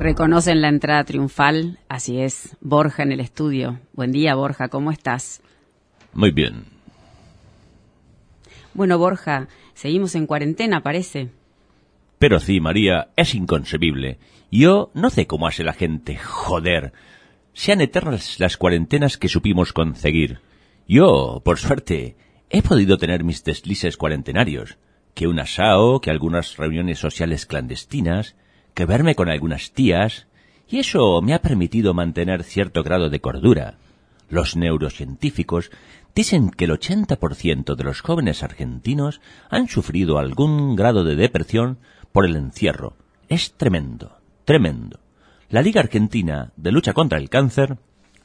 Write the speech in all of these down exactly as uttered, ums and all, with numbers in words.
Reconocen la entrada triunfal, así es, Borja en el estudio. Buen día, Borja, ¿cómo estás? Muy bien. Bueno, Borja, seguimos en cuarentena, parece. Pero sí, María, es inconcebible. Yo no sé cómo hace la gente, joder. Sean eternas las cuarentenas que supimos conseguir. Yo, por suerte, he podido tener mis deslices cuarentenarios. Que un asao, que algunas reuniones sociales clandestinas, que verme con algunas tías, y eso me ha permitido mantener cierto grado de cordura. Los neurocientíficos dicen que el ochenta por ciento de los jóvenes argentinos han sufrido algún grado de depresión por el encierro. Es tremendo, tremendo. La Liga Argentina de Lucha contra el Cáncer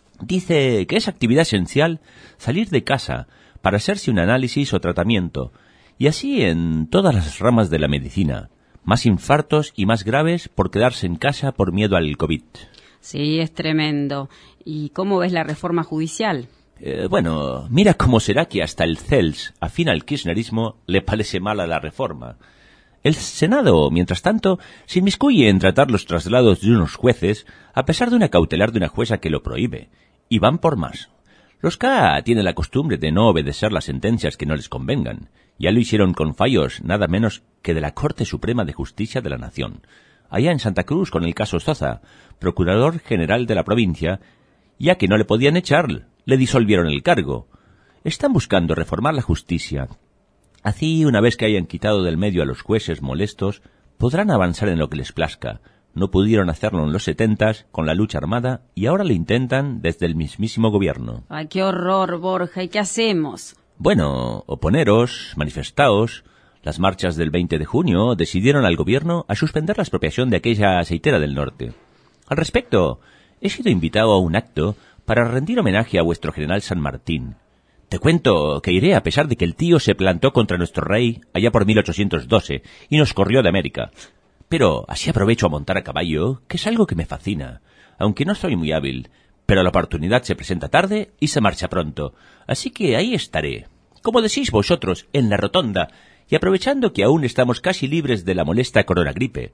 dice que es actividad esencial salir de casa para hacerse un análisis o tratamiento, y así en todas las ramas de la medicina. Más infartos y más graves por quedarse en casa por miedo al COVID. Sí, es tremendo. ¿Y cómo ves la reforma judicial? Eh, bueno, mira cómo será que hasta el C E L S, afín al kirchnerismo, le parece mala la reforma. El Senado, mientras tanto, se inmiscuye en tratar los traslados de unos jueces, a pesar de una cautelar de una jueza que lo prohíbe. Y van por más. Los K A tienen la costumbre de no obedecer las sentencias que no les convengan. Ya lo hicieron con fallos nada menos que de la Corte Suprema de Justicia de la Nación. Allá en Santa Cruz con el caso Sosa, procurador general de la provincia, ya que no le podían echar, le disolvieron el cargo. Están buscando reformar la justicia. Así, una vez que hayan quitado del medio a los jueces molestos, podrán avanzar en lo que les plazca. No pudieron hacerlo en los setentas con la lucha armada y ahora lo intentan desde el mismísimo gobierno. Ay, qué horror, Borja, ¿y qué hacemos? Bueno, oponeros, manifestaos. Las marchas del veinte de junio decidieron al gobierno a suspender la expropiación de aquella aceitera del norte. Al respecto, he sido invitado a un acto para rendir homenaje a vuestro general San Martín. Te cuento que iré a pesar de que el tío se plantó contra nuestro rey allá por mil ochocientos doce y nos corrió de América. Pero así aprovecho a montar a caballo, que es algo que me fascina, aunque no soy muy hábil. Pero la oportunidad se presenta tarde y se marcha pronto, así que ahí estaré, como decís vosotros, en la rotonda, y aprovechando que aún estamos casi libres de la molesta coronagripe.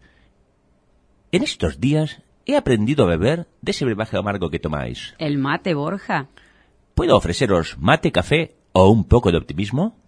En estos días he aprendido a beber de ese brebaje amargo que tomáis. ¿El mate, Borja? ¿Puedo ofreceros mate, café o un poco de optimismo?